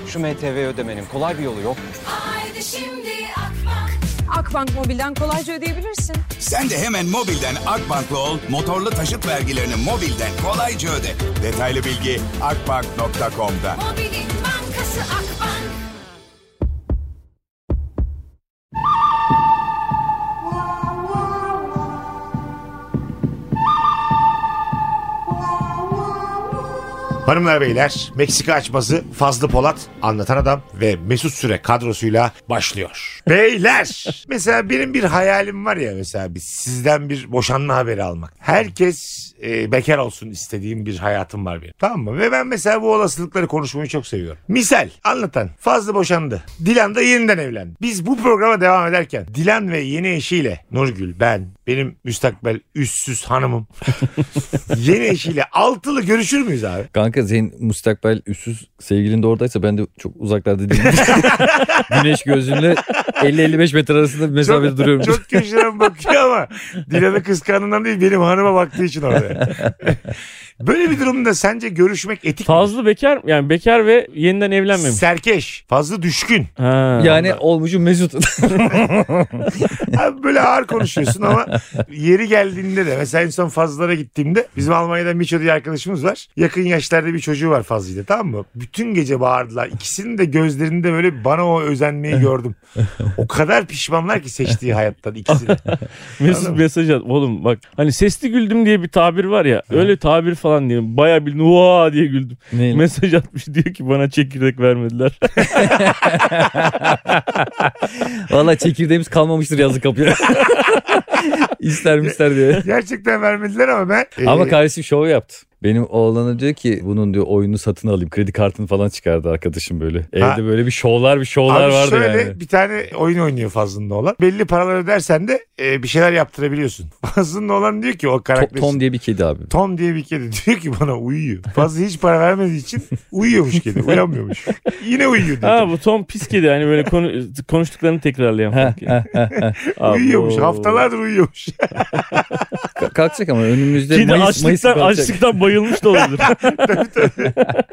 Şu MTV ödemenin kolay bir yolu yok. Haydi şimdi Akbank. Akbank Mobil'den kolayca ödeyebilirsin. Sen de hemen mobilden Akbank'la ol, motorlu taşıt vergilerini mobilden kolayca öde. Detaylı bilgi akbank.com'da. Mobilin bankası Akbank. Hanımlar beyler, Meksika açması Fazlı Polat, Anlatan Adam ve Mesut Süre kadrosuyla başlıyor. Beyler, mesela benim bir hayalim var ya, mesela sizden bir boşanma haberi almak. Herkes bekar olsun istediğim bir hayatım var benim. Tamam mı? Ve ben mesela bu olasılıkları konuşmayı çok seviyorum. Misal, Anlatan Fazlı boşandı. Dilan da yeniden evlendi. Biz bu programa devam ederken Dilan ve yeni eşiyle Nurgül, ben, benim müstakbel üstsüz hanımım yeni eşiyle altılı görüşür müyüz abi? Kanka senin müstakbel üstsüz sevgilin de oradaysa ben de çok uzaklarda değilim. Güneş gözünle 50-55 metre arasında bir mesafede duruyorum. Çok köşeden bakıyor ama Dilan'ı kıskandığından değil, benim hanıma baktığı için orada. Böyle bir durumda sence görüşmek etik mi? Fazlı bekar, yani bekar ve yeniden evlenmemiş. Serkeş, fazla düşkün. Ha. Yani olmuşum Mesut. Abi böyle ağır konuşuyorsun ama yeri geldiğinde de, mesela en son Fazlılara gittiğimde, bizim Almanya'da Miço diye arkadaşımız var. Yakın yaşlarda bir çocuğu var Fazlı'yla, tamam mı? Bütün gece bağırdılar. İkisinin de gözlerinde böyle bana o özenmeyi gördüm. O kadar pişmanlar ki seçtiği hayattan ikisini. Mesut mesaj at. Oğlum bak, hani sesli güldüm diye bir tabir var ya. Öyle tabir falan diye. Baya bir nuaa diye güldüm. Neyle? Mesaj atmış, diyor ki bana çekirdek vermediler. Valla çekirdeğimiz kalmamıştır yazık kapıya. İster diye. Gerçekten vermediler ama ben... Ama kardeşim şov yaptı. Benim oğlana diyor ki bunun diyor oyununu satın alayım. Kredi kartını falan çıkardı arkadaşım böyle. Evde böyle bir şovlar Abi vardı şöyle, yani. bir tane oyun oynuyor Fazlı'nın olan. Belli paralar ödersen de bir şeyler yaptırabiliyorsun. Fazlı'nın olan diyor ki o karakter. Tom diye bir kedi abi. Tom diye bir kedi diyor ki bana uyuyor. Fazla hiç para vermediği için uyuyormuş kedi. Uyanmıyormuş. Yine uyuyor diyor. Ha, bu Tom pis kedi, hani böyle konuştuklarını tekrarlayan. Uyuyormuş. Haftalardır uyuyormuş. Kalkacak ama önümüzde Kedi Mayıs açlıktan bayılmış da olabilir. Tabii.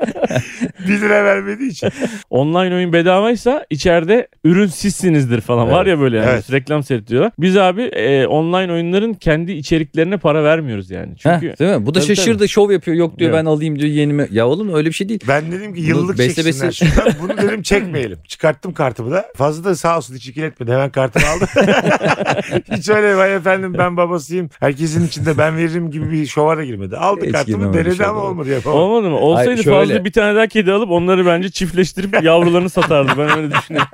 1 lira vermediği için. Online oyun bedavaysa içeride ürün sizsinizdir falan. Evet. Var ya böyle yani. Evet. Reklam seyrediyorlar. Biz abi online oyunların kendi içeriklerine para vermiyoruz yani. Çünkü değil mi? Bu da Tabii, şaşırdı, tabii. şov yapıyor. Yok diyor Evet. ben alayım diyor yenime. Ya oğlum öyle bir şey değil. Ben dedim ki Bunu yıllık besle çeksinler şundan. Bunu dedim çekmeyelim. Çıkarttım kartımı da. Fazla da sağ olsun hiç ikiletmedi. Hemen kartımı aldı. Hiç öyle vay efendim ben babasıyım, herkesin içinde ben veririm gibi bir şova da girmedi. Aldı Hiç kartımı, girmem öyle denedi şova. ama olmadı, yapamadı. Olmadı mı? Olsaydı Hayır, şöyle. fazla bir tane daha kedi alıp onları bence çiftleştirip yavrularını satardı. Ben öyle düşünüyorum.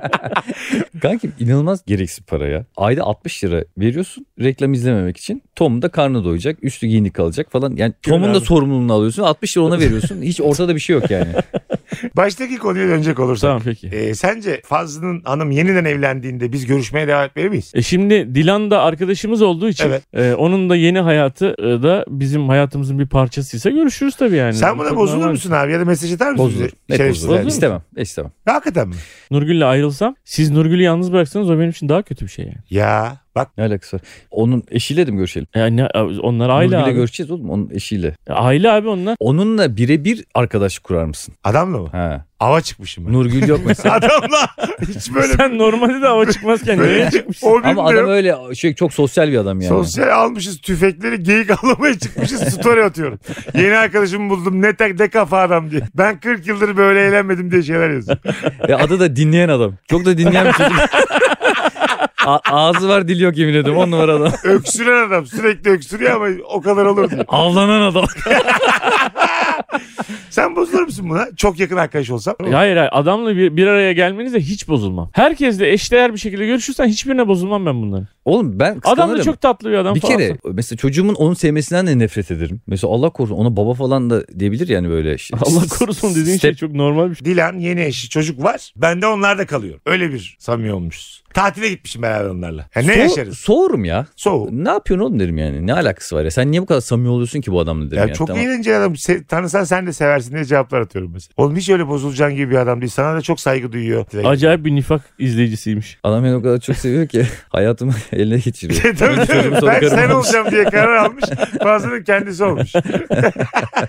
Kankim inanılmaz gereksiz para ya. Ayda 60 lira veriyorsun reklam izlememek için. Tom'un da karnı doyacak, üstü giyinik kalacak falan. Yani Tom'un da sorumluluğunu alıyorsun. 60 lira ona veriyorsun. Hiç ortada bir şey yok yani. Baştaki konuya dönecek olursak. Tamam peki. Sence Fazlı'nın hanım yeniden evlendiğinde biz görüşmeye devam etmeli miyiz? Şimdi Dilan da arkadaşımız olduğu için onun da yeni hayatı da bizim hayatımızın bir parçasıysa görüşürüz tabii yani. Sen buna Çok bozulur normal. musun abi, ya da mesaj atar mısın? Bozulur. bize? Net Şerefsizler. bozulur. İstemem. İstemem. Hakikaten mi? Nurgül'le ayrılsam, siz Nurgül'ü yalnız bıraksanız o benim için daha kötü bir şey yani. Ya bak, Ne alakası var? Onun eşiyle de mi görüşelim? Yani onlar aile Nurgül'le abi. görüşeceğiz oğlum onun eşiyle. Aile abi onlar. Onunla birebir arkadaşlık kurar mısın? adamla mı? Ha. Ava çıkmışım ben. Nurgül yok mesela. Adamla hiç böyle Sen normalde de hava çıkmazken böyle nereye çıkmışsın? o Ama bilmiyor. adam öyle çok sosyal bir adam yani. Sosyal almışız tüfekleri, geyik avlamaya çıkmışız, story atıyorum. Yeni arkadaşımı buldum, ne kafa adam diye. Ben 40 yıldır böyle eğlenmedim diye şeyler yazıyorum. Adı da dinleyen adam. Çok da dinleyen bir çocuk. Ağzı var dili yok yemin ediyorum 10 numara adam. Öksüren adam, sürekli öksürüyor ama o kadar olur diyor. Avlanan adam. Sen bozulur musun buna? Çok yakın arkadaş olsam. Hayır adamla bir araya gelmenizde hiç bozulmam. Herkesle eşdeğer bir şekilde görüşürsen hiçbirine bozulmam ben bunların. Oğlum ben kıskanırım. Adam da çok tatlı bir adam bir falan. kere mesela çocuğumun onu sevmesinden de nefret ederim. Mesela Allah korusun ona baba falan da diyebilir yani böyle. Allah korusun dediğin şey çok normal bir şey. Dilan yeni eşi, çocuk var. Ben de onlarda kalıyorum. Öyle bir samimi olmuşuz. Tatile gitmişim beraber onlarla. Ya ne yaşarız? Soğurum ya. Soğuk. Ne yapıyorsun oğlum derim yani. Ne alakası var ya? Sen niye bu kadar samimi oluyorsun ki bu adamla derim Ya yani. çok Tamam. eğlenceli adam. Tanısan sen de seversin diye cevaplar atıyorum mesela. Oğlum hiç öyle bozulacağın gibi bir adam değil. Sana da çok saygı duyuyor. Acayip bir nifak izleyicisiymiş. Adam beni o kadar çok seviyor ki hayatımı eline geçiriyor. Tabii, Çocuğumu sonra ben karım sen almış. olacağım diye karar almış. Bazının kendisi olmuş.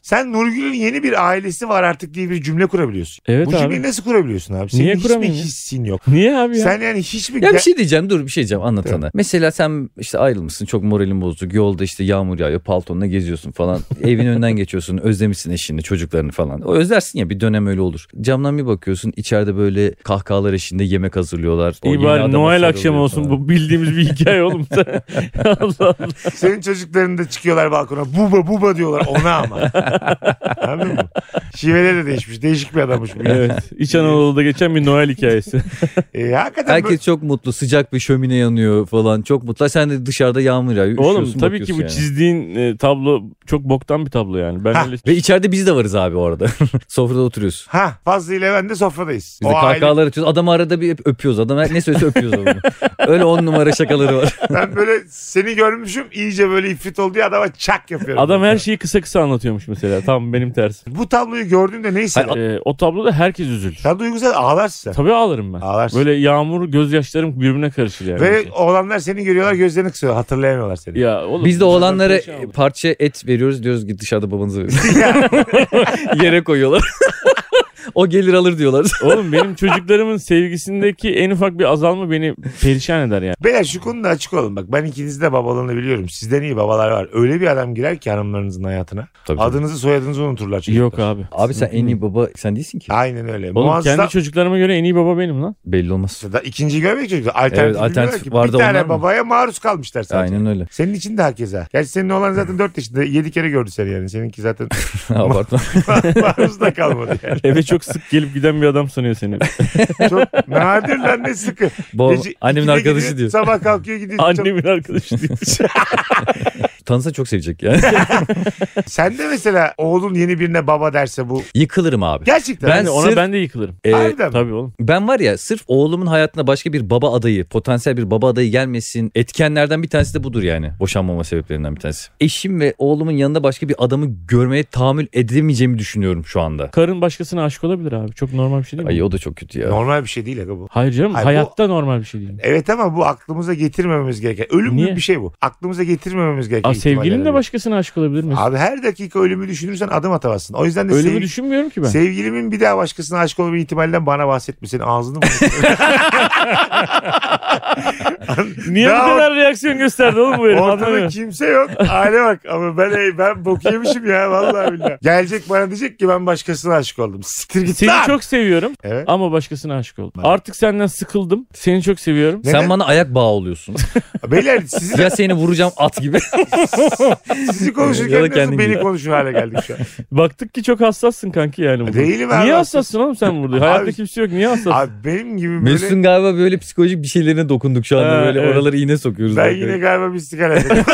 Sen Nurgül'ün yeni bir ailesi var artık diye bir cümle kurabiliyorsun. Evet Bu abi. cümleyi nasıl kurabiliyorsun abi? Senin Niye hiç mi kuramayayım ya? hissin yok? Niye abi ya? Sen yani hiç mi... Ya bir şey diyeceğim, dur bir şey diyeceğim anlatana. Mesela sen işte ayrılmışsın, çok moralin bozuk, yolda işte yağmur yağıyor, paltonla geziyorsun falan. Evin önünden geçiyorsun, özlemişsin eşini, çocuklarını falan. O özlersin ya, bir dönem öyle olur. Camdan bir bakıyorsun, içeride böyle kahkahalar eşliğinde yemek hazırlıyorlar. O İyi yeni bari adama Noel akşamı sarılıyor olsun, falan. bu bildiğimiz bir hikaye oğlum. Allah Allah. Senin çocukların da çıkıyorlar balkona. Buba diyorlar ona ama. Anladın mı? Şiveleri de değişmiş. Değişik bir adammış bu. Evet. İç Anadolu'da geçen bir Noel hikayesi. Hakikaten Herkes çok mutlu, sıcak bir şömine yanıyor falan, çok mutlu. Sen de dışarıda yağmur yağıyor, Oğlum üşüyorsun, tabii ki bakıyorsun bu yani. çizdiğin tablo çok boktan bir tablo yani. Ben Ha. öyle Ve içeride biz de varız abi orada. Sofrada oturuyoruz. Fazlı ile ben de sofradayız. Biz de O aile- kahkahalar atıyoruz. Adamı arada bir öpüyoruz. Adam ne söylese öpüyoruz adamı. Öyle 10 numara şakaları var. Ben böyle seni görmüşüm iyice böyle ifrit oldu ya adama çak yapıyorum. Adam her şeyi kısa kısa anlatıyormuş mesela. Tam benim tersim. Bu tabloyu gördüğünde ne hissediyorsun? O tabloda herkes üzülür. Sen duygusal ağlarsın sen. Tabii ağlarım ben. Ağlarsın. Böyle yağmur gözyaşlarım birbirine karışır yani. Ve oğlanlar seni görüyorlar gözlerini kısıyor. Hatırlayamıyorlar seni. Ya oğlum, Biz de bunlardan oğlanlara perişan olur. parça et veriyoruz. Diyoruz ki dışarıda babanıza verin. Yere koyuyorlar. O gelir alır diyorlar. Oğlum benim çocuklarımın sevgisindeki en ufak bir azalma beni perişan eder yani. Beyler şu konuda açık olun. Bak ben ikinizin de babalığını biliyorum. Sizden iyi babalar var. Öyle bir adam girer ki hanımlarınızın hayatına. Tabii. Adınızı soyadınızı unuturlar çocuklar. Yok abi. Abi sen en iyi baba sen değilsin ki. Aynen öyle. Oğlum Muazzam. kendi çocuklarıma göre en iyi baba benim lan. Belli olmaz. Da ikinciyi görmek çocuklar. Alternatif, Evet, bilmiyorlar alternatif ki. vardı Bir tane onlar mı? babaya maruz kalmışlar sadece. Aynen öyle. Senin için de herkese. Gerçi senin oğlan zaten 4 yaşında 7 kere gördü seni yani. Seninki zaten Abartma. maruz da kalmadı yani. Eve çok sık gelip giden bir adam sanıyor seni. Çok nadir lan ne sıkı. Annemin 2'de arkadaşı gidiyor, diyor. Sabah kalkıyor gidiyor. Annemin arkadaşı diyor. Tanısa çok sevecek yani. Sen de mesela oğlun yeni birine baba derse bu. Yıkılırım abi. Gerçekten. Ben Yani ona sırf- ben de yıkılırım. Harbiden mi? Tabii oğlum. Ben var ya sırf oğlumun hayatına başka bir baba adayı, potansiyel bir baba adayı gelmesin etkenlerden bir tanesi de budur yani. Boşanmama sebeplerinden bir tanesi. Eşim ve oğlumun yanında başka bir adamı görmeye tahammül edemeyeceğimi düşünüyorum şu anda. Karın başkasına aşık olabilir abi. Çok normal bir şey değil mi? Ay o da çok kötü ya. Normal bir şey değil aga bu. Hayır canım, Hayır, hayatta normal bir şey değil. Evet ama bu aklımıza getirmememiz gereken. Ölüm Niye? gibi bir şey bu. Aklımıza getirmememiz gereken. Abi sevgilin ihtimaller de var. başkasına aşık olabilir mi? Abi her dakika ölümü düşünürsen adım atamazsın. O yüzden de Öyle mi düşünmüyorum ki ben. sevgilimin bir daha başkasına aşık olma ihtimalinden bana bahsetme. Senin ağzını mı? Niye bu kadar reaksiyon gösterdi oğlum bu herif? Ortada Anlamıyorum. kimse yok. Hale bak ama ben bok yemişim ya vallahi billahi. Gelecek bana diyecek ki ben başkasına aşık oldum. Siktir git Seni lan. çok seviyorum Evet. ama başkasına aşık oldum. Ben- Artık senden sıkıldım. Seni çok seviyorum. Neden? Sen bana ayak bağı oluyorsun. Beyler sizi, Ya seni vuracağım at gibi. sizi Ya konuşurken da nasıl kendin beni gibi. konuşur hale geldik şu an. Baktık ki çok hassassın kanki yani. burada. Değilim abi, Niye hassas. hassassın oğlum sen burada? Hayatta Abi- kimse yok. Niye hassassın? Abi benim gibi böyle Mesut'un galiba böyle psikolojik bir şeylerine dokunduk şu anda. Ha, Böyle evet. oraları iğne sokuyoruz. ben Bak. yine galiba bir sigara yapıyorum.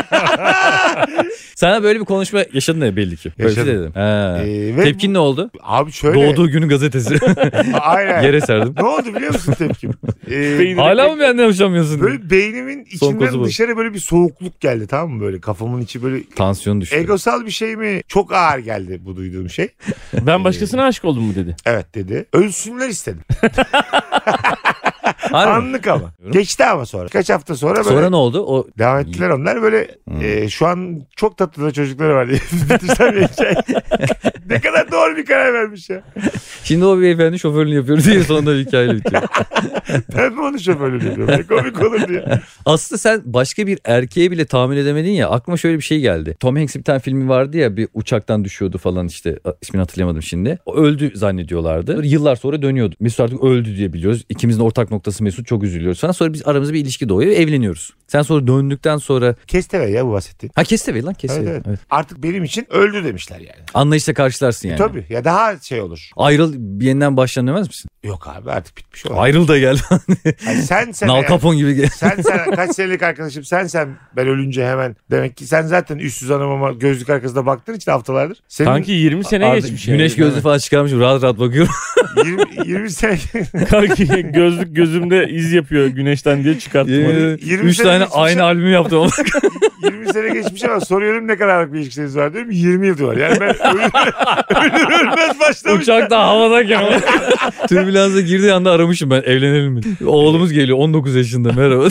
Sana böyle bir konuşma yaşadın ya belli ki. Böyle bir şey Yaşadım. dedim. Ha. Ve Tepkin ne oldu? Abi şöyle. Doğduğu günün gazetesi. Aynen. Yere serdim. Ne oldu biliyor musun tepkim? Hala mı benden hoşlanmıyorsun? Böyle beynimin Son kozu içinden bu. dışarı böyle bir soğukluk geldi, tamam mı, böyle kafamın içi böyle Tansiyon düştü. egosal bir şey mi? Çok ağır geldi bu duyduğum şey. Ben başkasına aşık oldum mu dedi. Evet dedi. Ölsünler istedim. Harbi mi? Anlık ama. Geçti ama sonra. Kaç hafta sonra böyle Sonra ne oldu? O devam ettiler onlar böyle şu an çok tatlı da çocukları var diye bitirsem bir hikaye. Ne kadar doğru bir karar vermiş ya. şimdi o beyefendi şoförlüğünü yapıyor diye sonunda bir hikayeyle bitiyor. Ben mi onu şoförlüğünü yapıyorum? Ne komik olur diye. Aslında sen başka bir erkeğe bile tahammül edemedin ya. Aklıma şöyle bir şey geldi. Tom Hanks'in bir tane filmi vardı ya, bir uçaktan düşüyordu falan işte. İsmini hatırlayamadım şimdi. O öldü zannediyorlardı. Yıllar sonra dönüyordu. Mesut artık öldü diye biliyoruz. İkimizin ortak noktası Mesut, çok üzülüyoruz. Sonra biz aramızda bir ilişki doğuyor ve evleniyoruz. Sen sonra döndükten sonra... Kesteve ya bu bahsettiğim. Ha Kesteve lan Kesteve. Evet, evet. Evet. Artık benim için öldü demişler yani. Anlayışla karşılarsın yani. Tabii ya daha şey olur. Ayrıl bir yeniden başlan demez misin? Yok abi artık bitmiş olur. Ayrıl da gel. Yani sen Nal Capone gibi gel. sen kaç senelik arkadaşım sen ben ölünce hemen demek ki sen zaten üstsüz hanımıma gözlük arkasında baktığın için haftalardır. Senin Kanki 20 sene Artık geçmiş yani. güneş gözlüğü falan çıkarmışım, rahat rahat bakıyorum. 20 sene Kanki gözlük gözümde iz yapıyor güneşten diye çıkarttım. onu. 20 3 sene tane geçmiş aynı ya. albümü yaptım. 20 sene geçmiş ama soruyorum ne kadarlık bir ilişkiniz var diyorum. 20 yıl diyorlar. Yani ben ölür ölmez başlamışlar. Uçakta havadayken türbülansa girdiği anda aramışım ben, evlenelim mi? Oğlumuz geliyor 19 yaşında, merhaba.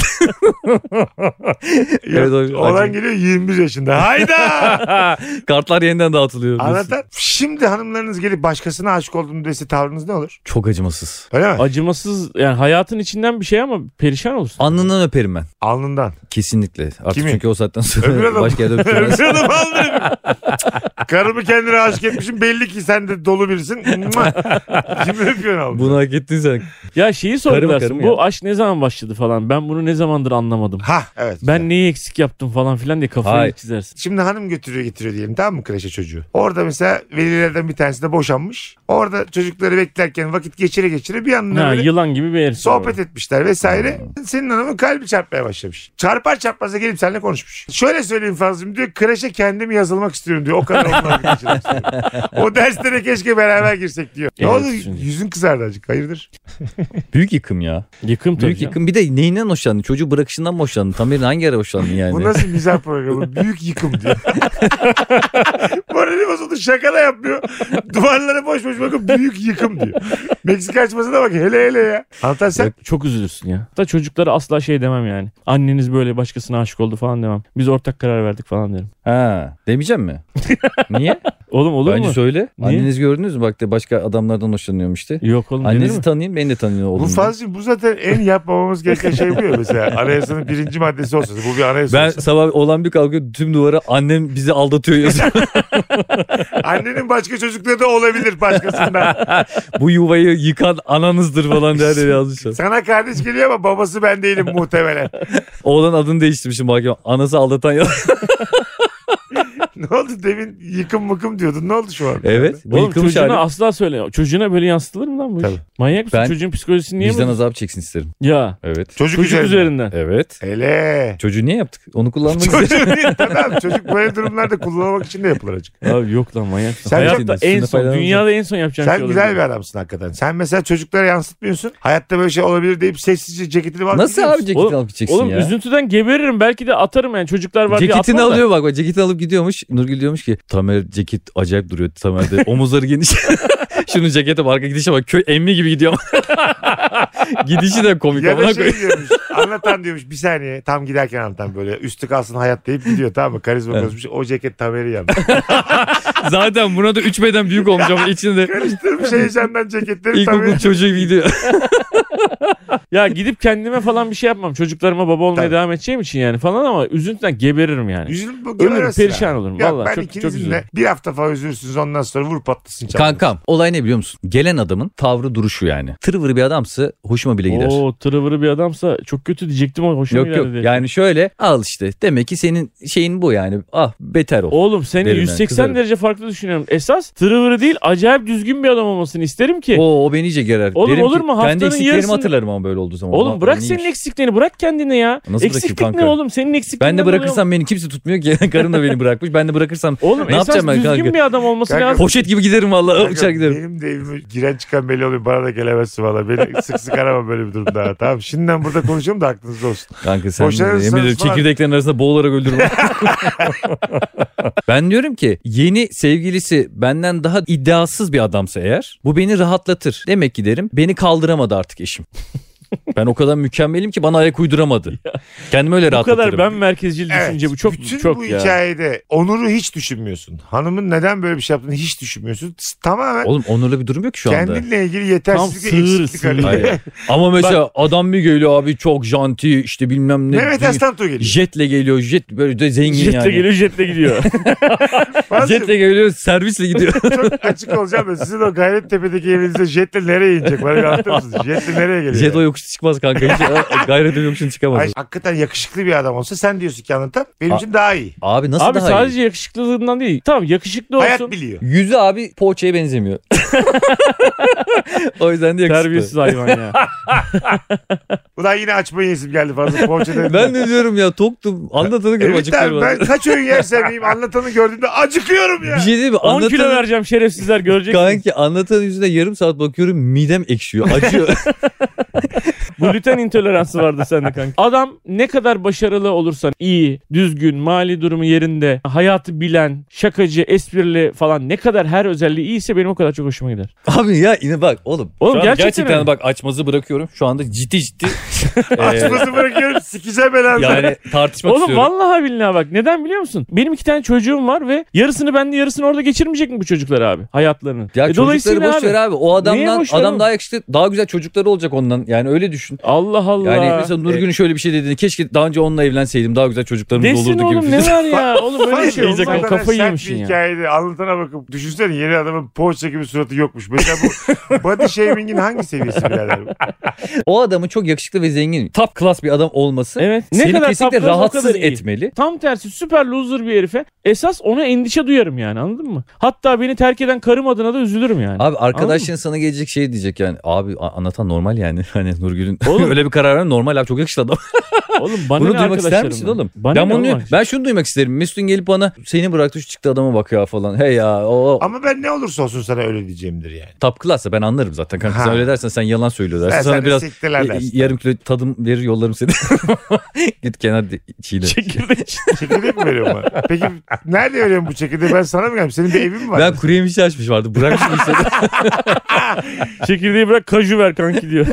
Evet, Oğlan geliyor 21 yaşında. Hayda! Kartlar yeniden dağıtılıyor. Anlatan. Şimdi hanımlarınız gelip başkasına aşık olduğunu dese tavrınız ne olur? Çok acımasız. Öyle mi? Acımasız yani, hayatın içinden bir şey ama perişan olursun. Alnından öperim ben. Alnından. Kesinlikle. Artık Kimi? çünkü o saatten Öbür sonra adam. başka yerde öpeceğim. Öbür adam alnı. Karımı kendine aşık etmişim. Belli ki sen de dolu birisin. Kimi öpüyorsun alnı? Bunu hak ettin sen. Ya şeyi sorgularsın. karım Bu ya. aşk ne zaman başladı falan. Ben bunu ne zamandır anlamadım. Ha evet. Ben neyi eksik yaptım falan filan diye kafayı Hayır. çizersin. Şimdi hanım götürüyor getiriyor diyelim, tamam mı, kreşe çocuğu. Orada mesela velilerden bir tanesi de boşanmış. Orada çocukları beklerken vakit geçire geçire bir yandan Ha, böyle yılan gibi bir herif. sohbet etmişler vesaire. Senin hanımın kalbi çarpmaya başlamış. Çarpar çarpmaz da gelip seninle konuşmuş. Şöyle söyleyeyim Fazlım diyor, kreşe kendim yazılmak istiyorum diyor. O kadar onunla geçirmek istiyorum. O derslere keşke beraber girsek diyor. Ne Evet, oldu? şimdi. Yüzün kızardı azıcık. Hayırdır? Büyük yıkım ya. Yıkım tabii. Büyük canım. yıkım. Bir de neyinden hoşlandın? Çocuğu bırakışından mı hoşlandın? Tamer'in hangi ara hoşlandın yani? Bu nasıl mizah programı? Büyük yıkım diyor. Morali bozuldu. Şaka da yapmıyor. Duvarlara boş boş bakıp büyük yıkım diyor. Meksika açmasına bak hele hele ya. Anlatan sen. Çok üzülürsün ya. Da çocuklara asla şey demem yani. Anneniz böyle başkasına aşık oldu falan demem. Biz ortak karar verdik falan derim. Ha, demeyeceğim mi? Niye? Oğlum olur Bence mu? söyle. Niye? Anneniz gördünüz mü? Bak de başka adamlardan hoşlanıyorum işte. Yok oğlum. denir Annenizi mi? tanıyayım, beni de tanıyın Bu oğlum. fazla, bu zaten en yapmamamız gereken şey bu ya mesela. Anayasanın 1. maddesi olsa. Bu bir anayasa Ben olsa. sabah olan bir kalkıyor tüm duvara annem bizi aldatıyor yazıyor. Annenin başka çocukları da olabilir başkasından. Bu yuvayı yıkan ananızdır falan der yazmışlar. Sana kardeş geliyor ama babası ben değilim muhtemelen. Oğlan adını değiştirmişim mahkeme. Anası aldatan yaz. Ne oldu demin yıkım mıkım diyordun. Ne oldu şu an? Evet. Bu Oğlum yıkılmış çocuğuna hali. asla söyle. Çocuğuna böyle yansıtılır mı lan bu iş? Tabii. Manyak mısın? Ben Çocuğun psikolojisini niye Vicdan mi? azabı çeksin isterim. Ya. Evet. Çocuk Çocuk üzerinden. Evet. Hele. Çocuğu niye yaptık? Onu kullanmak için. Çocuğu değil. Tamam, çocuk böyle durumlarda kullanmak için de yapılır acık. Abi yok lan manyak. Sen Hayatta çok- en üstüne son, faydalanacak. dünyada en son yapacağım Sen şey güzel olabilir. bir adamsın hakikaten. Sen mesela çocuklara yansıtmıyorsun. Hayatta böyle şey olabilir deyip sessizce ceketini var. Nasıl abi ceketini Oğlum- alıp gideceksin Oğlum ya? üzüntüden geberirim. Belki de atarım yani. Çocuklar var diye Ceketini atmam da. alıyor bak. Ceketini alıp gidiyormuş. Nurgül diyormuş ki Tamer ceket acayip duruyor Tamer'de. Omuzları geniş. Şunun cekete arka gidişe bak. Köy emmi gibi gidiyor. Gidişi de komik. Ya da amına şey koyayım. diyormuş. Anlatan diyormuş bir saniye. Tam giderken anlatan böyle. Üstü kalsın hayat deyip gidiyor, tamam mı? Karizma konuşmuş. O ceket Tamer'i yandı. Zaten buna da 3 beden büyük olmuş ama içinde Karıştırmış heyecandan ceketleri ilkokul Tamer'i. çocuğu gibi gidiyor. Ya gidip kendime falan bir şey yapmam. Çocuklarıma baba olmaya Tabii. devam edeceğim için yani falan ama üzüntüden geberirim yani. Üzülüp bu Ölürüm, gebersin perişan ha. olurum. Ya Vallahi ben çok- çok ikinizin de üzülürüm. bir hafta falan üzülürsünüz, ondan sonra vur patlasın çalmasın. Kankam olay ne biliyor musun? Gelen adamın tavrı duruşu yani. Tırvırı bir adamsa hoşuma bile gider. Oo tırıvırı bir adamsa çok kötü diyecektim ama hoşuma Yok giderdi yok diye. yani şöyle al işte demek ki senin şeyin bu yani ah beter ol. Oğlum seni Derim yani, 180 kızarım. derece farklı düşünüyorum. Esas tırıvırı değil acayip düzgün bir adam olmasını isterim ki. O beni iyice gerer. Oğlum Derim olur ki, mu? kendi Haftanın eksiklerimi yarısında- hatırlarım ama böyle olduğu zaman. Oğlum Ulan bırak ben senin iyiymiş. eksikliğini bırak kendine ya. Nasıl bırakayım Eksiklik kanka? ne oğlum? Senin eksikliğin Ben de bırakırsam beni kimse tutmuyor ki. Karım da beni bırakmış. Ben de bırakırsam Oğlum ne esas yapacağım ben düzgün kanka? bir adam olması Kanka, lazım. Poşet gibi giderim vallahi. Kanka, Uçar giderim. benim de evime giren çıkan belli oluyor. Bana da gelemezsin valla. Beni sık sık arama böyle bir durumda. Tamam, şimdiden burada konuşuyorum da aklınızda olsun. Kanka sen Boşanırsanız yemin ederim falan- çekirdeklerin arasında boğularak öldürürüm. Ben diyorum ki yeni sevgilisi benden daha iddiasız bir adamsa eğer bu beni rahatlatır. Demek ki derim beni kaldıramadı artık eşim. Ben o kadar mükemmelim ki bana ayak uyduramadı. Kendimi öyle Bu rahatlatırım. kadar ben merkezcil düşünce bu çok bütün çok bu ya. hikayede Onur'u hiç düşünmüyorsun. Hanımın neden böyle bir şey yaptığını hiç düşünmüyorsun. Tamamen Oğlum onurlu bir durum yok ki şu anda. kendinle ilgili yetersizlik ve Tam sığır, eksiklik sığır. arıyor. Hayır. Ama mesela adam bir geliyor abi çok janti işte bilmem ne. Mehmet Aslanto geliyor. Jetle geliyor. Jet böyle de zengin Jetle yani. geliyor jetle gidiyor. Fazlacığım, Jetle geliyor servisle gidiyor. çok açık olacağım da sizin o Gayrettepe'deki evinizde jetle nereye inecek? Bana bir anlatır mısınız? Jetle nereye geliyor? Jet o yokuşu çıkmaz kanka. Hiç gayretin yokuşunu çıkamaz. Ay, hakikaten yakışıklı bir adam olsa sen diyorsun ki anlatan benim için daha iyi. Abi nasıl Abi daha sadece iyi? yakışıklılığından değil. Tamam yakışıklı olsun. Hayat biliyor. Yüzü abi poğaçaya benzemiyor. O yüzden de yakışıklı. Terbiyesiz hayvan ya. Ulan yine açmayı yesim geldi fazla poğaçada. Ben de diyorum ya toktum. Anlatanı görüp Evet acıkıyorum. abi, ben kaç öğün yersem yiyeyim anlatanı gördüğümde acıkıyorum ya. Bir şey değil mi? 10 kilo vereceğim şerefsizler görecek. Kanki anlatanın yüzüne yarım saat bakıyorum midem ekşiyor. Acıyor. Gluten intoleransı vardı sende kanka. Adam ne kadar başarılı olursan, iyi, düzgün, mali durumu yerinde, hayatı bilen, şakacı, esprili falan, ne kadar her özelliği iyiyse benim o kadar çok hoşuma gider. Abi ya yine bak oğlum. Oğlum Şu an gerçekten öyle. bak açmazı bırakıyorum. Şu anda ciddi Açması bırakıyorum sikeceğim herhalde. yani tartışmak Oğlum istiyorum. vallahi billahi bak, neden biliyor musun? Benim 2 tane çocuğum var ve yarısını ben de yarısını orada geçirmeyecek mi bu çocuklar abi hayatlarını? Ya çocukları dolayısıyla boş ver abi. O Niye adamdan boş ver adam abi? daha yakışıklı, daha güzel çocukları olacak ondan. Yani öyle düşün. Allah Allah. Yani mesela Nurgül'ün şöyle bir şey dediğini, keşke daha önce onunla evlenseydim, daha güzel çocuklarımız Desin olurdu gibi. oğlum, ne var ya? Oğlum öyle bir şey olacak. Olacak Kafayı yemişsin bir ya. hikayede anlatana bakıp düşünsene yeni adamın poğaça gibi suratı yokmuş. Mesela bu body shaming'in hangi seviyesi birader? O adamın çok yakışıklı ve zengin, top class bir adam olması Evet. Ne seni kadar kesinlikle taptaze o rahatsız kadar iyi. etmeli. Tam tersi süper loser bir herife esas ona endişe duyarım yani, anladın mı? Hatta beni terk eden karım adına da üzülürüm yani. Abi arkadaşların sana gelecek şey diyecek yani. Abi anlatan normal yani. Hani Nurgül'ün Oğlum. öyle bir karar vermem normal abi, çok yakışıklı adam. Oğlum bana Bunu ne duymak ister arkadaşlarım misin ya? oğlum? Bana Ben ne bunu oğlum? ben şunu duymak isterim. Mesut'un gelip bana seni bıraktı şu çıktı adama bak ya falan. Hey ya o Ama ben ne olursa olsun sana öyle diyeceğimdir yani. top class'sa ben anlarım zaten. Kanka Ha. sen öyle dersen sen yalan söylüyor dersin. Ben Sana sana biraz siktirler dersin. yarım kilo tadım verir yollarım seni. Git kenar çiğne. Çekirdek. Çekirdek mi veriyorsun bana? Peki nerede veriyorsun bu çekirdeği? Ben sana mı geldim? Senin bir evin mi var? Ben kuru yemiş açmış vardı. Bırakmışım işte. Çekirdeği bırak, kaju ver kanki diyor.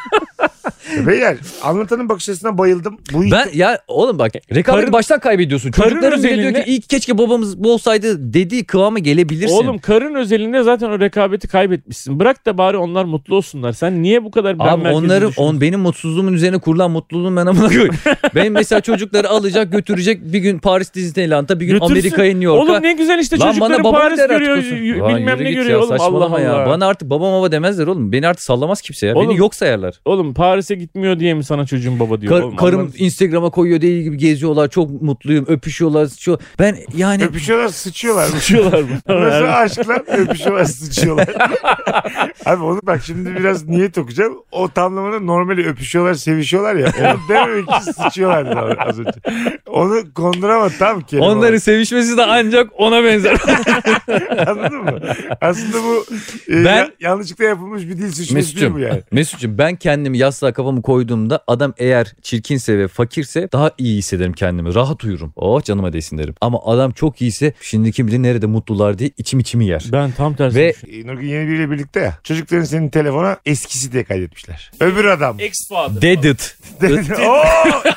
Beyler anlatanın bakış açısına bayıldım. Bu Ben ya oğlum bak rekabeti Karın- baştan kaybediyorsun. karın Çocukların bile diyor özelinde- ki iyi keşke babamız bu olsaydı dediği kıvama gelebilirsin. Oğlum karın özelinde zaten o rekabeti kaybetmişsin. Bırak da bari onlar mutlu olsunlar. Sen niye bu kadar ben Abi merkezli onların düşünüyorsun? benim mutsuzluğumun üzerine kurulan mutluluğun ben amına koyayım. Benim mesela çocukları alacak götürecek bir gün Paris Disneyland'a bir gün Götürsün. Amerika'ya New York'a. Oğlum ne güzel işte, Lan çocukların bana baba Paris der artık görüyor, olsun. Lan bilmem yürü ne git görüyor ya, oğlum, Allah saçmalama Allah. ya. Bana artık baba baba demezler oğlum. Beni artık sallamaz kimse ya. Oğlum- Beni yok sayarlar. Oğlum Paris'e gitmiyor diye mi sana çocuğun baba diyor? Oğlum, Karım Allah'ım. Instagram'a koyuyor değil gibi geziyorlar. Çok mutluyum. Öpüşüyorlar. Ben yani öpüşüyorlar sıçıyorlar. Sıçıyorlar mı? Nasıl aşklar öpüşüyorlar sıçıyorlar. Abi onu bak şimdi biraz niyet okuyacağım. O tamlamada normali öpüşüyorlar sevişiyorlar ya. Onu dememek ki sıçıyorlar az önce. Onu kondurama tam kelime. onların sevişmesi de ancak ona benzer. Anladın mı? Aslında bu yanlışlıkla yapılmış bir dil suçlusu değil bu yani. Mesut'cum ben kendimi yastığa kafamı koyduğumda adam eğer çirkinse ve fakirse daha iyi hissederim kendimi. Rahat uyurum. Oh canıma değsin derim. Ama adam çok iyiyse şimdi kim bilir nerede mutlular diye içimi yer. Ben tam tersi Ve- düşünüyorum. Nurgül yeni biriyle birlikte ya. Çocukların senin telefona eskisi diye kaydetmişler. Öbür adam. Ex-father. Dead it. Oo!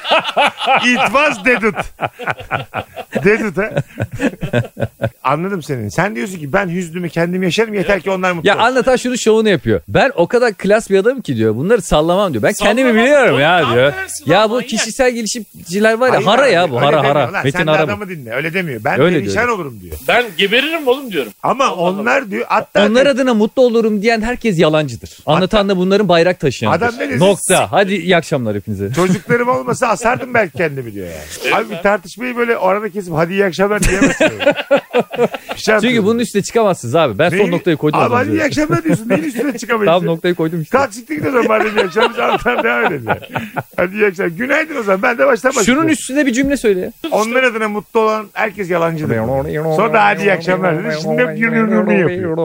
It was dead it. Dead it ha. Anladım seni. Sen diyorsun ki ben hüznümü kendim yaşarım yeter ki onlar mutlu Ya olsun. anlatan şunu şovunu yapıyor. Ben o kadar klas bir adamım ki diyor. Bunları sallamam diyor. Ben kendimi Sallamam. biliyorum Oğlum, ya ne diyor. yaparsın Ya lan, bu manyak? kişisel gelişimciler var ya. Hayır Hara abi, ya bu. öyle Hara demiyor hara. lan. Metin Sen de Hara bu. adamı dinle. Öyle demiyor. Ben Öyle perişan diyor. olurum diyor. Ben geberirim oğlum diyorum. Ama onlar diyor hatta Onlar adına mutlu olurum diyen herkes yalancıdır. Anlatan da bunların bayrak taşıyandır. Adam ne dedi? Nokta. Hadi iyi akşamlar hepinize. çocuklarım olmasa asardım belki kendimi diyor yani. Abi bir tartışmayı böyle orada kesip hadi iyi akşamlar diyemezsin. Bir şey Çünkü anlatıyorum. bunun üstüne çıkamazsınız abi. Ben son Neyin- noktayı koydum. Abi az hadi önce. iyi akşamlar diyorsun. Neyin üstüne çıkamayız? Tam noktayı koydum işte. Kalk siktir git o zaman madem iyi akşamlar. Biz anlatan devam edelim yani. Hadi iyi akşamlar. Günaydın o zaman. Ben de baştan başlayayım. Şunun üstüne bir cümle söyle ya. Onlar adına mutlu olan herkes yalancıdır. Sonra da hadi iyi akşamlar dedi. Şimdi hep yürü yapıyor.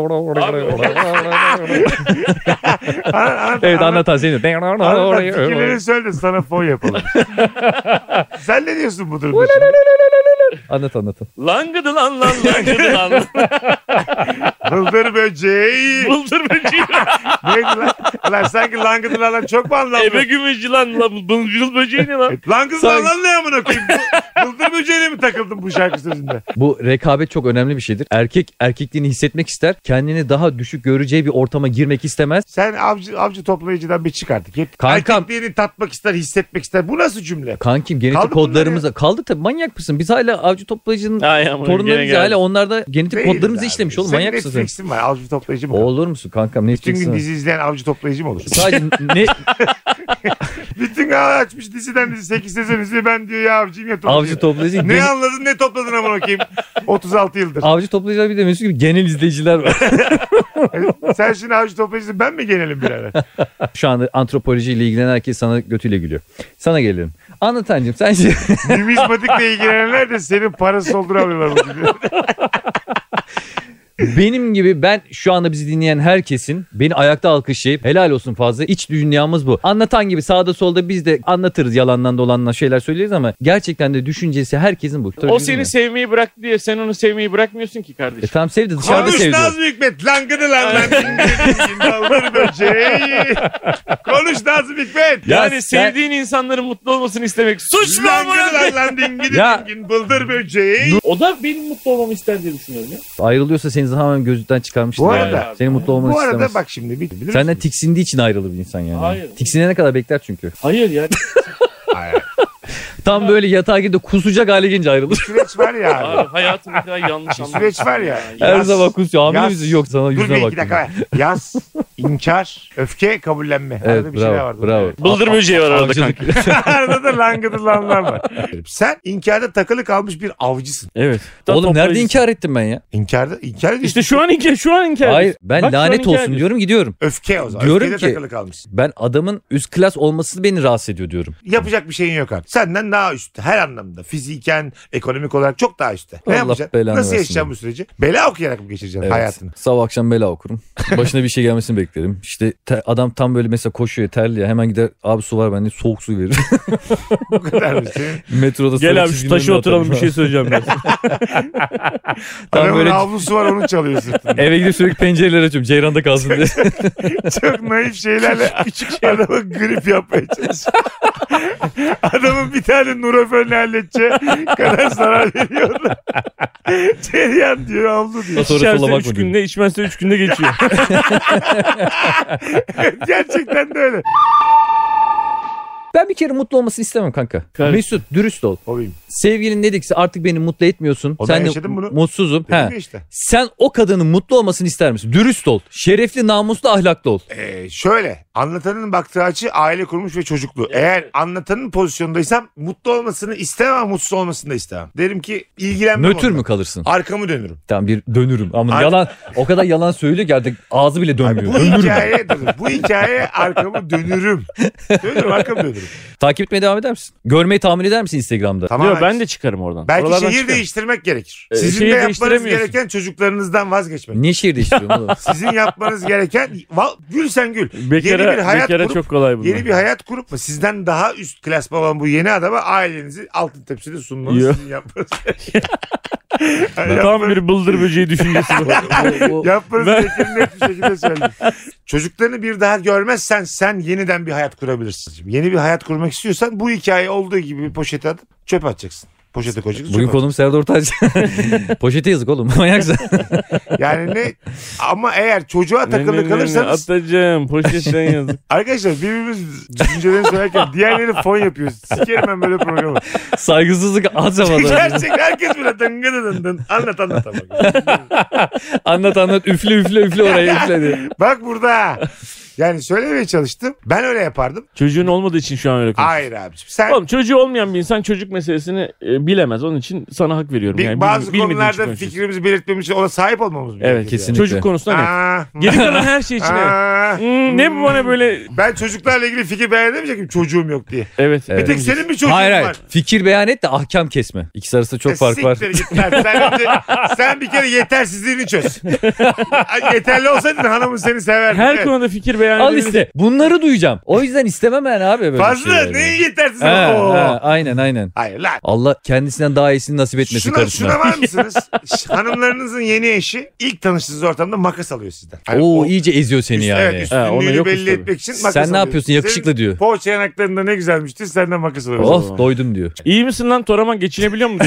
Evet anlatan seni. Anlatan fikirlerini söyle sana fon yapalım. Sen ne diyorsun bu durumda şimdi? Anlat. Langıdı lan langıdı lan. Bıldır böceği. Buldur böceği. Neydi lan? Lan sanki langıdılarla çok mu anlamlı? Ebe gümüşçü lan. Bulgur böceği ne lan? Langıdılarla ne amına koyayım? Bıldır böceğine mi takıldın bu şarkı sözünde? Bu rekabet çok önemli bir şeydir. Erkek erkekliğini hissetmek ister. Kendini daha düşük göreceği bir ortama girmek istemez. Sen avcı toplayıcıdan bir çık artık. Hep Kankam. erkekliğini tatmak ister, hissetmek ister. Bu nasıl cümle? Kankim genetik Kaldı bunlar kodlarımızda kaldık tabii, manyak mısın? Biz hala avcı toplayıcının Ay aman, gene torunlarıyız geldi. hala onlarda genetik Değiliz kodlarımızı abi. işlemiş oğlum, Senin manyak mısın sen? Netflix'in var. Avcı toplayıcı mı? Olur musun kankam? Bütün gün Netflix'in dizi izleyen avcı toplayıcı mı olur? sadece ne Bütün gün açmış diziden dizi 8 sezon izliyor. Ben diyor ya avcıyım ya toplayıcı. avcı toplayıcı Ne anladın ne topladın amına koyayım? 36 yıldır. avcı toplayıcılar bir de Mesut gibi genel izleyiciler var. Sen şimdi avcı toplayıcısın ben mi genelim birader? Şu anda antropolojiyle ilgilenen herkes sana götüyle gülüyor. Sana gelelim. Anlatancığım sen şey... Numizmatikle ilgilenenler de senin parası dolduramıyorlar bugün. Benim gibi ben şu anda bizi dinleyen herkesin beni ayakta alkışlayıp helal olsun fazla. İç dünyamız bu. Anlatan gibi sağda solda biz de anlatırız yalandan dolandan şeyler söyleriz ama gerçekten de düşüncesi herkesin bu. O seni sevmeyi bıraktı diye sen onu sevmeyi bırakmıyorsun ki kardeşim. Tamam sevdi dışarıda Konuş sevdi. Nazım Hikmet. Langıdı lan lan. Daldır böceği. Konuş Nazım Hikmet. Ya Yani sen- sevdiğin insanların mutlu olmasını istemek suç mu Langıdı amına? lan lan dingidi Ya- dingin bıldır böceği. O da benim mutlu olmamı ister diye düşünüyorum ya. Ayrılıyorsa seni tamamen gözünden çıkarmıştır. Bu yani. arada- Senin mutlu olmanı Bu arada istemez. bak şimdi bilir Senden misin? tiksindiği için ayrılır bir insan yani. Hayır. Tiksinene kadar bekler çünkü. Hayır yani. Hayır. Tam böyle yatağa girdi kusacak hale gelince ayrılır. Süreç var ya abi. Abi hayatım ne kadar yanlış anlamışsın. Süreç var ya. Her Yaz- zaman kusuyor. Hamile yaz- misin? Yok sana Dur bir yüzüne iki bak. dakika. Yaz, inkar, öfke, kabullenme. Evet Arada bir şeyler bravo. vardı. Bravo. Bıldır böceği var arada Avcılık. kanka. Arada da langıdılanlar var. Sen inkarda takılı kalmış bir avcısın. Evet. Oğlum nerede inkar ettim ben ya? İnkar ediyorsun. İşte şu an inkar. Hayır ben Bak, şu an lanet inkar olsun ediyorsun. diyorum gidiyorum. Öfke o zaman. Diyorum Öfkede ki- takılı kalmışsın. Ben adamın üst klas olması beni rahatsız ediyor diyorum. Yapacak bir şeyin yok artık. Senden daha üstte. Her anlamda. Fiziken, ekonomik olarak çok daha üstte. Ne Allah yapacaksın? belanı Nasıl versin yaşayacaksın ya. bu süreci? Bela okuyarak mı geçireceksin Evet. hayatını? Sabah akşam bela okurum. Başına bir şey gelmesini beklerim. İşte adam tam böyle mesela koşuyor terliyor. Hemen gider abi su var bende soğuk su verir. Bu kadar mı? Senin Metroda Gel sarı abi şu çizgilerini taşı oturalım atarım bir şey söyleyeceğim ben. Tam adamın böyle- havlusu var onu çalıyor sırtında. Eve gidip sürekli pencereleri açıyorum. Ceyranda kalsın diye. Çok naif şeylerle adama grip yapmaya çalışıyor. Adamın bir tane nurofönle halledeceği kadar zarar veriyorlar. Cereyan diyor havlu diyor. Sonra İçerse sola 3 bakma diyor. günde içmezse 3 günde geçiyor. Gerçekten de öyle. Ben bir kere mutlu olmasını istemem kanka. Kardeşim. Mesut dürüst ol. Olayım. Sevgilin dedikse artık beni mutlu etmiyorsun. O ben Sen de yaşadım bunu. mutsuzum. Dedim He. ya işte. Sen o kadının mutlu olmasını ister misin? Dürüst ol. Şerefli, namuslu, ahlaklı ol. Şöyle anlatanın baktığı açı aile kurmuş ve çocuklu. Eğer anlatanın pozisyondaysam mutlu olmasını istemem, mutsuz olmasını da istemem. Derim ki ilgilenmem. Nötr onunla. mü kalırsın? Arkamı dönürüm. Tamam bir dönürüm. Ama Ar- yalan o kadar yalan söylüyor ki artık ağzı bile Abi dönmüyor. bu Dönürüm. hikaye bu hikaye arkamı dönürüm. Dönürüm arkamı dönürüm. Takip etmeye devam eder misin? Görmeyi tahmin eder misin Instagram'da? Tamam. Yok ben de çıkarım oradan. Belki Oralardan şehir çıkarım. değiştirmek gerekir. Şehir Sizin de yapmanız değiştiremiyorsun. gereken çocuklarınızdan vazgeçmek. Niye şehir değiştiriyorsun oğlum? Sizin yapmanız gereken gül sen gül. Bekara, yeni bir hayat bekara kurup çok kolay bunlar. yeni bir hayat kurup sizden daha üst klasma olan bu yeni adama ailenizi altın tepside sunmanız Yok. sizin yapmanız. Tam bir bıldır böceği düşüncesi bu. Yapmanız Ben- gerekeni net bir şekilde söyledim. Çocuklarını bir daha görmezsen sen yeniden bir hayat kurabilirsin. Şimdi yeni bir hayat kurmak istiyorsan bu hikaye olduğu gibi bir poşete atıp çöp atacaksın. Poşete koyacaksın. Bugün çöp konum Serdar Ortaç. Poşete yazık oğlum. Manyaksın. atacaksın. Yani ne ama eğer çocuğa takılı kalırsanız Atacağım poşetten yazık. arkadaşlar birbirimiz düşüncelerini söylerken diğerleri fon yapıyor. Sikerim ben böyle programı. Saygısızlık atamadı. Gerçek herkes böyle dıngıdı dındın. Anlat ama. Anlat üfle üfle oraya üfle diye. Bak burada. Yani söylemeye çalıştım. Ben öyle yapardım. Çocuğun olmadığı için şu an öyle konuşuyorum. Hayır abiciğim. Sen Oğlum çocuğu olmayan bir insan çocuk meselesini bilemez. Onun için sana hak veriyorum. Yani bazı bilmediğin için konularda konuşuyorsun. fikrimizi belirtmemiz için ona sahip olmamız mı Evet gerekiyor kesinlikle. Çocuk konusunda ne? Aa, Geri kalan her şey için evet. aa. Ne bu bana böyle... Ben çocuklarla ilgili fikir beyan edemeyecek çocuğum yok diye. Evet. Bir tek senin bir çocuğun Hayır var. hayır. Fikir beyan et de ahkam kesme. İkisi arasında çok fark var. Siktir git lan. Sen bir kere yetersizliğini çöz. Yeterli olsaydın hanımın seni severdi. Her Evet. konuda fikir beyan Al edebilirsin. işte. Bunları duyacağım. O yüzden istemem yani abi böyle Fazla şeyleri. neyi yetersiz? Ha, Oo. ha, aynen. Hayır lan. Allah kendisinden daha iyisini nasip etmesin karısına. Şuna var mısınız? Hanımlarınızın yeni eşi ilk tanıştığınız ortamda makas alıyor sizden. Hani Oo o- iyice eziyor seni yani. Evet Ha, ona üstünlüğünü yokuz belli tabii. etmek için makas Sen ne alıyor. yapıyorsun? Yakışıklı Senin diyor. poğaça yanaklarında ne güzelmişti senden makas alıyor. Oh doydum diyor. İyi misin lan Toraman geçinebiliyor musun?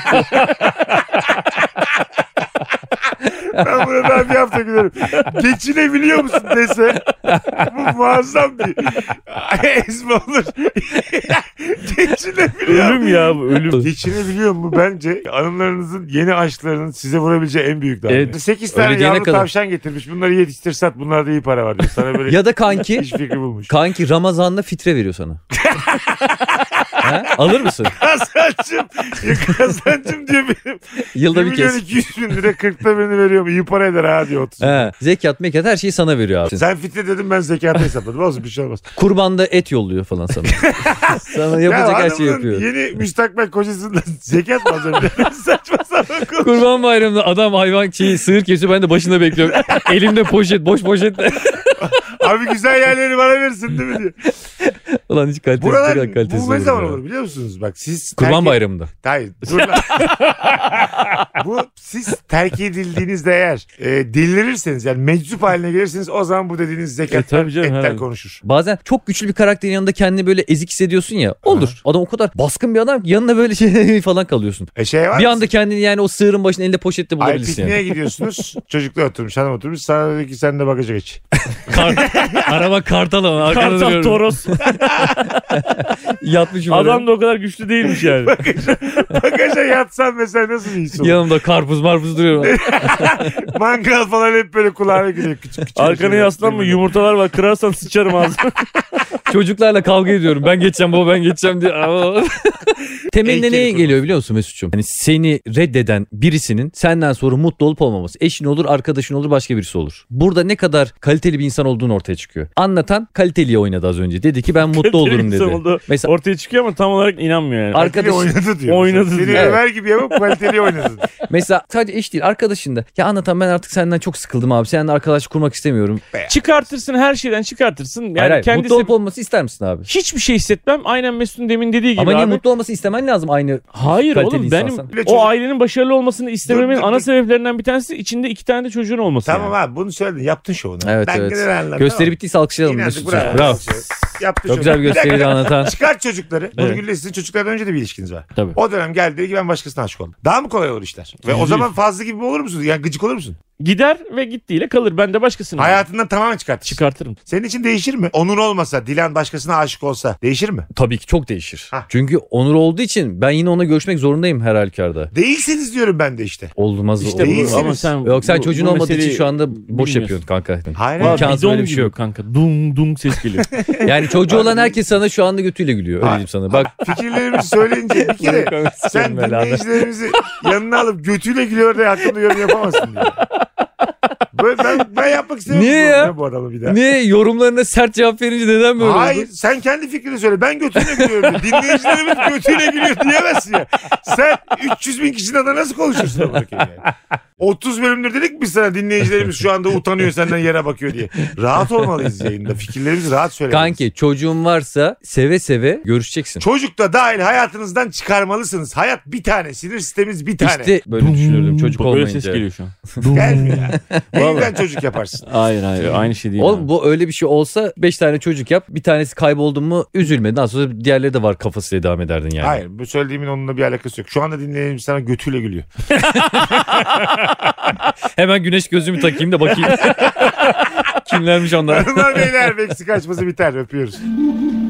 Ben buna daha bir hafta gülerim. Geçinebiliyor musun dese bu muazzam bir ezme olur. Geçinebiliyor. ölüm ya bu ölüm. Geçinebiliyor mu? Bence hanımlarınızın yeni aşklarının size vurabileceği en büyük davranış. Evet. 8 Öyle tane diyene yavru kadar. tavşan getirmiş. Bunları yetiştir sat. Bunlarda iyi para var diyor. Sana böyle Ya da kanki iş fikri bulmuş. kanki Ramazan'da fitre veriyor sana. Ha? Alır mısın? Kazancım. Ya kazancım diyor benim. Yılda 1 bir milyon kez. 200 bin lira 40'ta birini veriyorum. bakalım iyi para eder ha diyor 30. He, zekat mekat her şeyi sana veriyor abi. Sen fitre dedim ben zekatı hesapladım. Olsun bir şey olmaz. Kurbanda et yolluyor falan sana. Sana yapacak her şeyi hanımın yapıyor. Yeni müstakbel kocasından zekat mı az önce? Saçma sapan konuş. Kurban bayramında adam hayvan sığır kesiyor, ben de başında bekliyorum. Elimde poşet, boş poşetle. Abi güzel yerleri bana versin değil mi diyor. Ulan hiç kalitesiz. Buralar kalitesiz bu ne zaman ya. olur biliyor musunuz? Bak siz Kurban bayramında. Hayır dur lan. Bu siz terk edildiğinizde eğer delirirseniz yani meczup haline gelirseniz o zaman bu dediğiniz zekat tabii canım, etler herhalde. konuşur. Bazen çok güçlü bir karakterin yanında kendini böyle ezik hissediyorsun ya. Olur. Adam o kadar baskın bir adam ki yanına böyle şey falan kalıyorsun. Şey var Bir mı? anda kendini yani o sığırın başında elinde poşette Ay bulabilirsin pikniğe yani. gidiyorsunuz. Çocuklar oturmuş, hanım oturmuş. Sana dedi ki sen de bagaja geç. Araba kartal ama arkada Kartal duruyorum. Toros. Yatmışım oraya. Adam da o kadar güçlü değilmiş yani. Bagaja yatsan mesela nasıl bir his olur? Yanımda karpuz marpuz duruyor. Mangal falan hep böyle kulağına giriyor. Küçük küçük. Arkana yaslanma, yumurtalar var, kırarsan sıçarım ağzına. Çocuklarla kavga ediyorum. Ben geçeceğim baba, ben geçeceğim diye. Temeline Heykeli neye kurması. geliyor biliyor musun Mesut'cum? Hani seni reddeden birisinin senden sonra mutlu olup olmaması. Eşin olur, arkadaşın olur, başka birisi olur. Burada ne kadar kaliteli bir insan olduğunu ortaya çıkıyor. Anlatan kaliteliye oynadı az önce. Dedi ki ben mutlu olurum dedi. Oldu. Mesela Ortaya çıkıyor ama tam olarak inanmıyor yani. Arkadaş arkadaş oynadı diyor. Oynadı Seni diyor. över gibi yapıp kaliteli oynadı. mesela sadece eş değil, arkadaşın da. Ya anlatan ben artık senden çok sıkıldım abi. Seninle arkadaşlık kurmak istemiyorum. Çıkartırsın, her şeyden çıkartırsın. Yani hayır, hayır. kendisi Mutlu olup olması ister misin abi? hiçbir şey hissetmem. Aynen Mesut'un demin dediği gibi Ama niye abi. mutlu olmasını istemen lazım aynı Hayır kaliteli oğlum, benim insansan. Bile o çocuk- ailenin başarılı olmasını istememin Dur, dur, ana dur. sebeplerinden bir tanesi içinde 2 tane de çocuğun olması. Tamam yani. abi bunu söyledin. Yaptın şovunu. Evet, ben evet. genel anlamda. Gösteri bittiyse alkışlayalım İnandık, Mesut'cum. bravo. Bravo. Yaptı Çok güzel bir gösteriydi anlatan. Çıkart çocukları. Evet. Nurgül'le sizin çocuklardan önce de bir ilişkiniz var. Tabii. O dönem geldi dedi ki ben başkasına aşık oldum. Daha mı kolay olur işler? Ve o Yüzde zaman yüz. fazla gibi olur musun? Yani gıcık olur musun? Gider ve gittiğiyle kalır. Ben de başkasını Hayatından tamamen çıkartırsın. çıkartırım. Senin için değişir mi? Onur olmasa, Dilan başkasına aşık olsa değişir mi? Tabii ki çok değişir. Hah. Çünkü Onur olduğu için ben yine ona görüşmek zorundayım her halükarda. Değilseniz diyorum ben de işte. Olmaz İşte olur. bu, Değilsiniz. ama sen Yok sen bu- çocuğun bu olmadığı için meseleyi şu anda boş bilmiyorsun. yapıyorsun kanka. Hayır. Aa, İmkansız bidon öyle bir gibi şey yok. kanka. Dung dung ses geliyor. Yani çocuğu olan herkes sana şu anda götüyle gülüyor. Öyle diyeyim sana. Bak Fikirlerimizi söyleyince bir kere sen dinleyicilerimizi yanına alıp götüyle gülüyor diye hakkında yorum yapamazsın diye. Böyle ben yapmak istemiyorum. Niye ya? Bu adamı bir daha. niye yorumlarına sert cevap verince neden böyle Hayır oldu? sen kendi fikrini söyle. Ben götüyle gülüyorum. Dinleyicilerimiz götüyle gülüyor diyemezsin ya. Sen 300 bin kişinin adına nasıl konuşursun o yani? 30 bölümdür dedik mi biz sana dinleyicilerimiz şu anda utanıyor senden yere bakıyor diye. Rahat olmalıyız yayında. Fikirlerimizi rahat söylemeliyiz. Kanki çocuğun varsa seve seve görüşeceksin. Çocuk da dahil hayatınızdan çıkarmalısınız. Hayat bir tane. Sinir sistemimiz bir tane. İşte böyle düşünürdüm çocuk Bak, öyle olmayınca. ses geliyor şu an. Gelmiyor ya. Yeniden çocuk yaparsın. Hayır aynı şey değil. Oğlum abi. bu öyle bir şey olsa 5 tane çocuk yap. Bir tanesi kayboldun mu üzülme. Daha sonra diğerleri de var kafasıyla devam ederdin yani. Hayır bu söylediğimin onunla bir alakası yok. Şu anda dinleyicimiz sana götüyle gülüyor. Hemen güneş gözlüğümü takayım da bakayım. Kimlermiş onlar? Hanımlar beyler Meksika açması biter. Öpüyoruz.